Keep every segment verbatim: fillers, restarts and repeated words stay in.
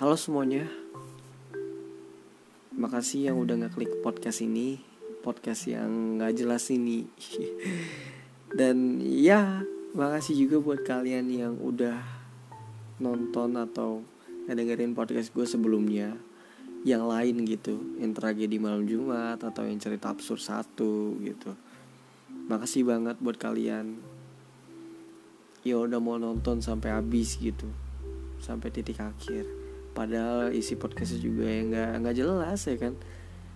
Halo semuanya, makasih yang udah ngeklik podcast ini, podcast yang gak jelas ini. Dan ya, makasih juga buat kalian yang udah nonton atau ngedengerin podcast gue sebelumnya, yang lain gitu, yang tragedi malam Jumat atau yang cerita absurd satu gitu. Makasih banget buat kalian yang udah mau nonton sampai habis gitu, sampai titik akhir. Padahal isi podcastnya juga yang nggak nggak jelas ya kan.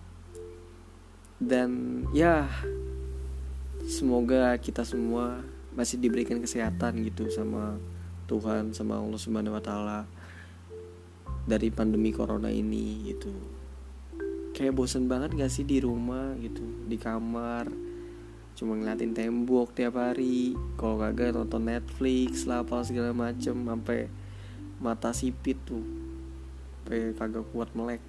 Dan ya semoga kita semua masih diberikan kesehatan gitu sama Tuhan, sama Allah Subhanahu Wa Taala dari pandemi corona ini gitu. Kayak bosen banget gak sih di rumah gitu, di kamar cuma ngeliatin tembok tiap hari. Kalau kagak nonton Netflix lah apa segala macem, sampai mata sipit tuh, sampai kagak kuat melek.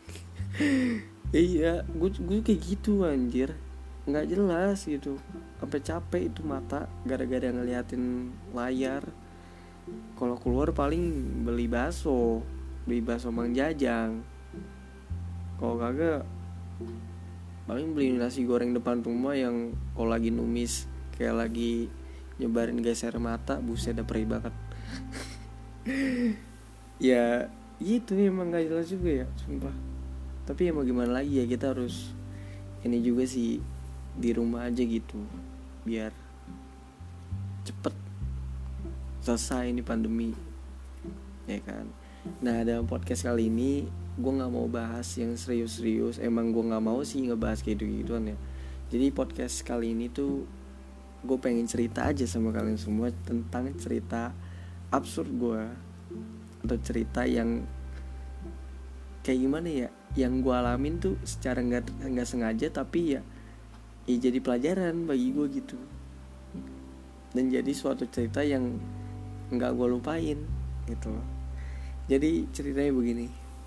Iya, gue gue kayak gitu anjir, nggak jelas gitu, sampai capek itu mata gara-gara ngeliatin layar. Kalau keluar paling beli bakso, beli bakso Mang Jajang. Kalau kagak paling beli nasi goreng depan rumah yang kalau lagi numis kayak lagi nyebarin geser mata, buset dah perih banget. Ya gitu, emang gak jelas juga ya sumpah. Tapi ya mau gimana lagi ya, kita harus ini juga sih, di rumah aja gitu biar cepet selesai ini pandemi ya kan. Nah dalam podcast kali ini gue gak mau bahas yang serius-serius. Emang gue gak mau sih ngebahas kayak gitu-gituan ya. Jadi podcast kali ini tuh gue pengen cerita aja sama kalian semua tentang cerita absurd gue, atau cerita yang kayak gimana ya, yang gue alamin tuh secara nggak nggak sengaja, tapi ya, ya jadi pelajaran bagi gue gitu, dan jadi suatu cerita yang nggak gue lupain gitu loh. Jadi ceritanya begini.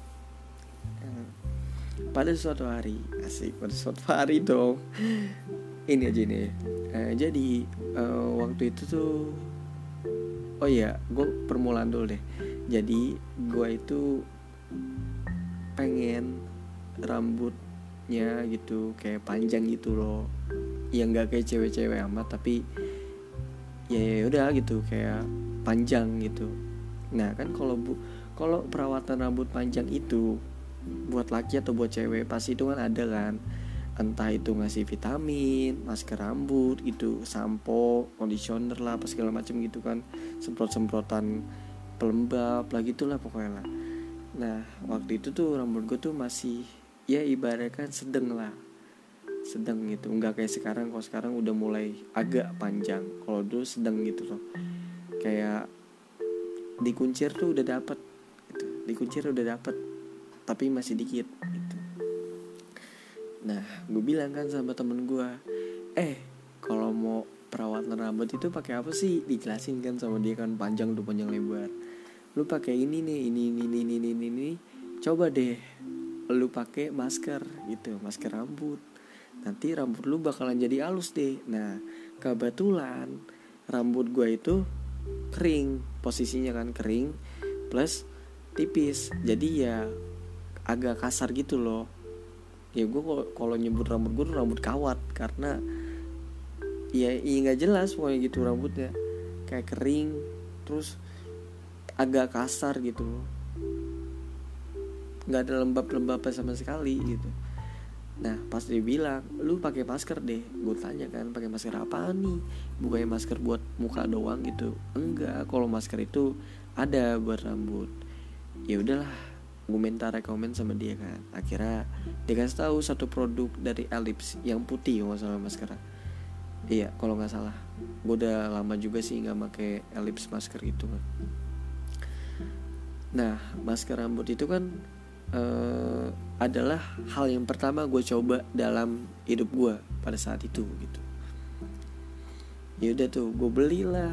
Pada suatu hari, asik, pada suatu hari dong. Ini aja nih. Eh, jadi eh, waktu itu tuh, oh iya, gue permulaan dulu deh. Jadi gue itu pengen rambutnya gitu kayak panjang gitu loh. Ya nggak kayak cewek-cewek amat, tapi ya udah gitu kayak panjang gitu. Nah kan kalau bu kalau perawatan rambut panjang itu buat laki atau buat cewek pasti itu kan ada kan, entah itu ngasih vitamin, masker rambut gitu, sampo, conditioner lah apa segala macam gitu kan, semprot-semprotan pelembab lah gitulah pokoknya lah. Nah waktu itu tuh rambut gue tuh masih ya ibaratkan sedang lah, sedang gitu, nggak kayak sekarang. Kalau sekarang udah mulai agak panjang, kalau dulu sedang gitu loh, kayak dikuncir tuh udah dapet gitu, dikuncir udah dapet tapi masih dikit gitu. Nah gue bilang kan sama temen gue, eh kalau mau perawatan rambut itu pakai apa sih? Dijelasin kan sama dia kan, panjang tuh, panjang lebar. Lu pakai ini nih, ini ini ini ini ini, ini. Coba deh lu pakai masker gitu, masker rambut. Nanti rambut lu bakalan jadi halus deh. Nah kebetulan rambut gue itu kering, posisinya kan kering plus tipis, jadi ya agak kasar gitu loh. Ya gue kalau nyebut rambut gue tuh rambut kawat, karena ya iya nggak jelas pokoknya gitu rambutnya, kayak kering terus agak kasar gitu loh, nggak ada lembab-lembabnya sama sekali gitu. Nah pas dia bilang lu pakai masker deh, gue tanya kan pakai masker apaan nih, bukannya masker buat muka doang gitu? Enggak, kalau masker itu ada buat rambut. Ya udahlah, gue minta rekomen sama dia kan. Akhirnya dia kasih tahu satu produk dari Ellipse yang putih kalau nggak salah maskernya. Iya kalau nggak salah. Gue udah lama juga sih nggak pakai Ellipse masker itu kan. Nah masker rambut itu kan uh, adalah hal yang pertama gue coba dalam hidup gue pada saat itu gitu. Ya udah tuh gue belilah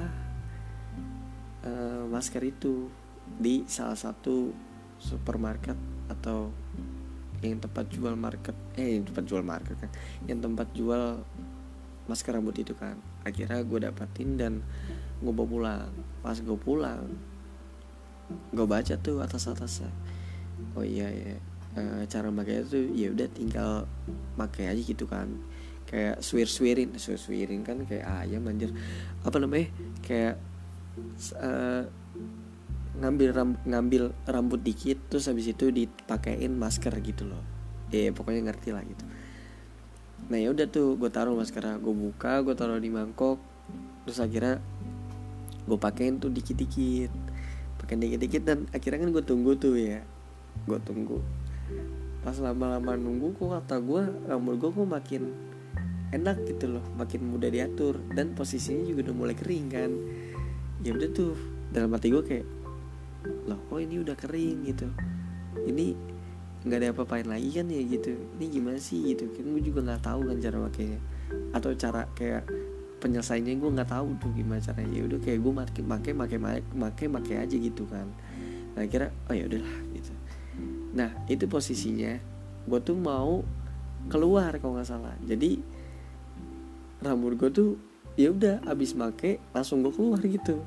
uh, masker itu di salah satu supermarket atau yang tempat jual market eh yang tempat jual market kan, yang tempat jual masker rambut itu kan. Akhirnya gue dapatin dan gue bawa pulang. Pas gue pulang, gue baca tuh atas-atasnya, oh iya ya, uh, cara makanya tuh ya udah tinggal pakai aja gitu kan, kayak swir-swirin, swir-swirin kan kayak ayam anjir, apa namanya, kayak uh, ngambil ram, ngambil rambut dikit terus habis itu dipakein masker gitu loh, eh pokoknya ngerti lah gitu. Nah ya udah tuh gue taruh maskernya, gue buka, gue taruh di mangkok, terus akhirnya gue pakein tuh dikit-dikit, pakein dikit-dikit, dan akhirnya kan gue tunggu tuh ya, gue tunggu. Pas lama-lama nunggu kok kata gue rambut gue kok makin enak gitu loh, makin mudah diatur, dan posisinya juga udah mulai kering kan. Ya udah tuh dalam hati gue kayak, loh kok ini udah kering gitu, ini nggak ada apa-apain lagi kan ya gitu, ini gimana sih gitu kan, gue juga nggak tahu kan cara makainya atau cara kayak penyelesaiannya, gue nggak tahu tuh gimana caranya. Ya udah kayak gue makai makai makai makai makai aja gitu kan. Nah kira oh ya udahlah gitu. Nah itu posisinya gue tuh mau keluar kalau nggak salah, jadi rambut gue tuh ya udah abis make langsung gue keluar gitu.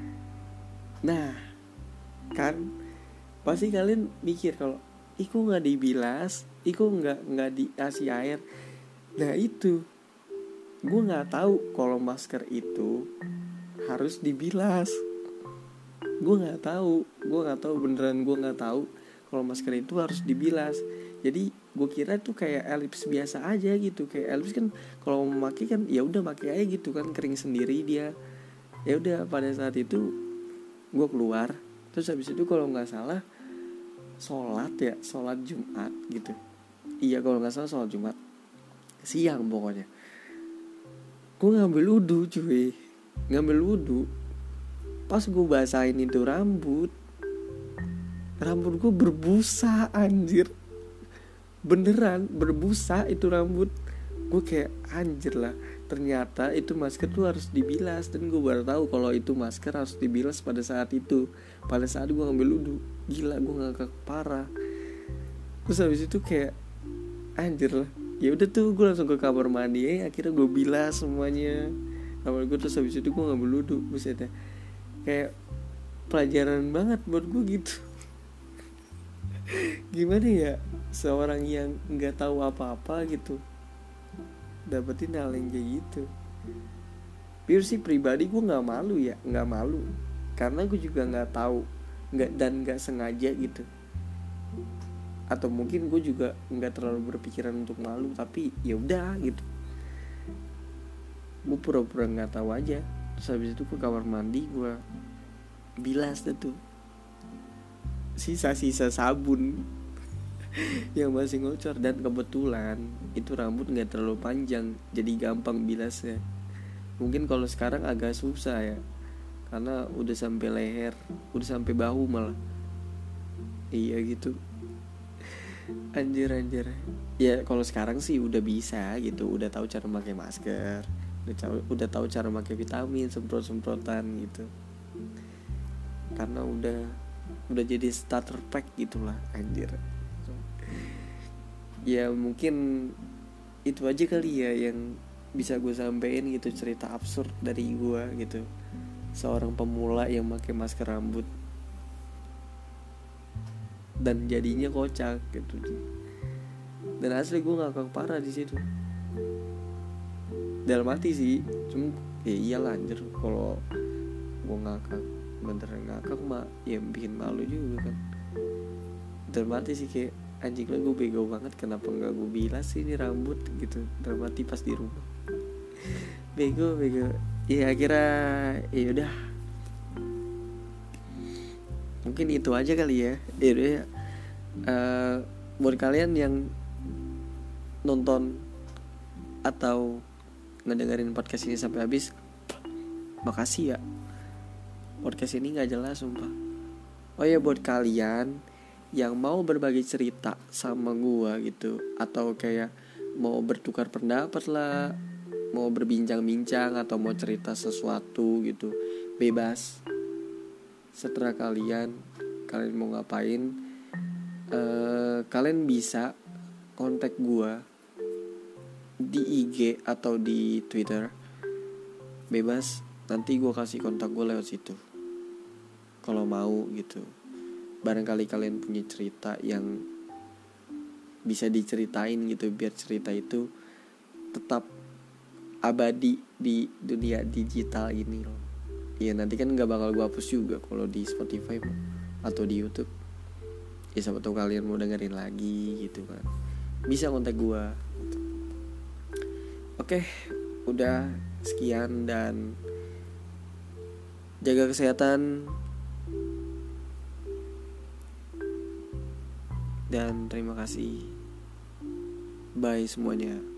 Nah kan pasti kalian mikir kalau iku nggak dibilas, iku nggak nggak dikasih air. Nah itu gue nggak tahu kalau masker itu harus dibilas. Gue nggak tahu, gue nggak tahu beneran, gue nggak tahu kalau masker itu harus dibilas. Jadi gue kira tuh kayak elips biasa aja gitu, kayak elips kan kalau mau pakai kan ya udah pakai aja gitu kan, kering sendiri dia. Ya udah pada saat itu gue keluar, terus habis itu kalau nggak salah sholat ya, sholat Jumat gitu. Iya kalau nggak salah sholat Jumat siang pokoknya. Gue ngambil wudhu cuy, ngambil wudhu. Pas gue basahin itu rambut, rambut gue berbusa anjir, beneran berbusa itu rambut. Gue kayak anjir lah, ternyata itu masker tuh harus dibilas, dan gue baru tahu kalau itu masker harus dibilas pada saat itu, pada saat gue ngambil wudhu. Gila, gue ngakak parah. Terus habis itu kayak anjir lah, ya udah tuh gue langsung ke kamar mandi, eh akhirnya gue bilas semuanya rambut gue. Terus habis itu gue ngambil wudhu. Buset ya, kayak pelajaran banget buat gue gitu. Gimana ya seorang yang nggak tahu apa-apa gitu dapetin hal yang kayak gitu. Biar sih pribadi gue nggak malu ya, nggak malu karena gue juga nggak tahu, nggak dan nggak sengaja gitu. Atau mungkin gue juga nggak terlalu berpikiran untuk malu, tapi ya udah gitu, gue pura-pura nggak tahu aja. Terus habis itu ke kamar mandi, gue bilas deh tuh sisa-sisa sabun yang masih ngocor. Dan kebetulan itu rambut nggak terlalu panjang, jadi gampang bilasnya. Mungkin kalau sekarang agak susah ya, karena udah sampai leher, udah sampai bahu malah. Iya gitu. Anjir anjir. Ya kalau sekarang sih udah bisa gitu, udah tahu cara pakai masker, udah tahu udah tahu cara pakai vitamin, semprot-semprotan gitu. Karena udah udah jadi starter pack gitulah anjir. Ya mungkin itu aja kali ya yang bisa gue sampein gitu, cerita absurd dari gue gitu, seorang pemula yang pakai masker rambut dan jadinya kocak gitu. Dan asli gue ngakak parah di situ dalam hati sih, cuma ya iyalah anjir, kalau gue ngakak beneran ngakak mah ya bikin malu juga kan. Dalam hati sih kayak anjing lah, gue bego banget, kenapa nggak gue bilas sih ini rambut gitu dalam hati pas di rumah. Bego bego ya, akhirnya ya udah mungkin itu aja kali ya. Ya udah ya. Uh, buat kalian yang nonton atau ngedengerin podcast ini sampai habis, makasih ya. Podcast ini nggak jelas sumpah. Oh ya, buat kalian yang mau berbagi cerita sama gua gitu, atau kayak mau bertukar pendapat lah, mau berbincang-bincang atau mau cerita sesuatu gitu, bebas. Setelah kalian kalian mau ngapain, uh, kalian bisa kontak gua di I G atau di Twitter, bebas. Nanti gua kasih kontak gua lewat situ kalau mau gitu. barangkali kalian punya cerita yang bisa diceritain gitu, biar cerita itu tetap abadi di dunia digital ini loh. Ya nanti kan nggak bakal gue hapus juga kalau di Spotify atau di YouTube. Ya siapa tahu kalian mau dengerin lagi gitu kan, bisa kontak gue gitu. Oke, udah sekian dan jaga kesehatan dan terima kasih. Bye semuanya.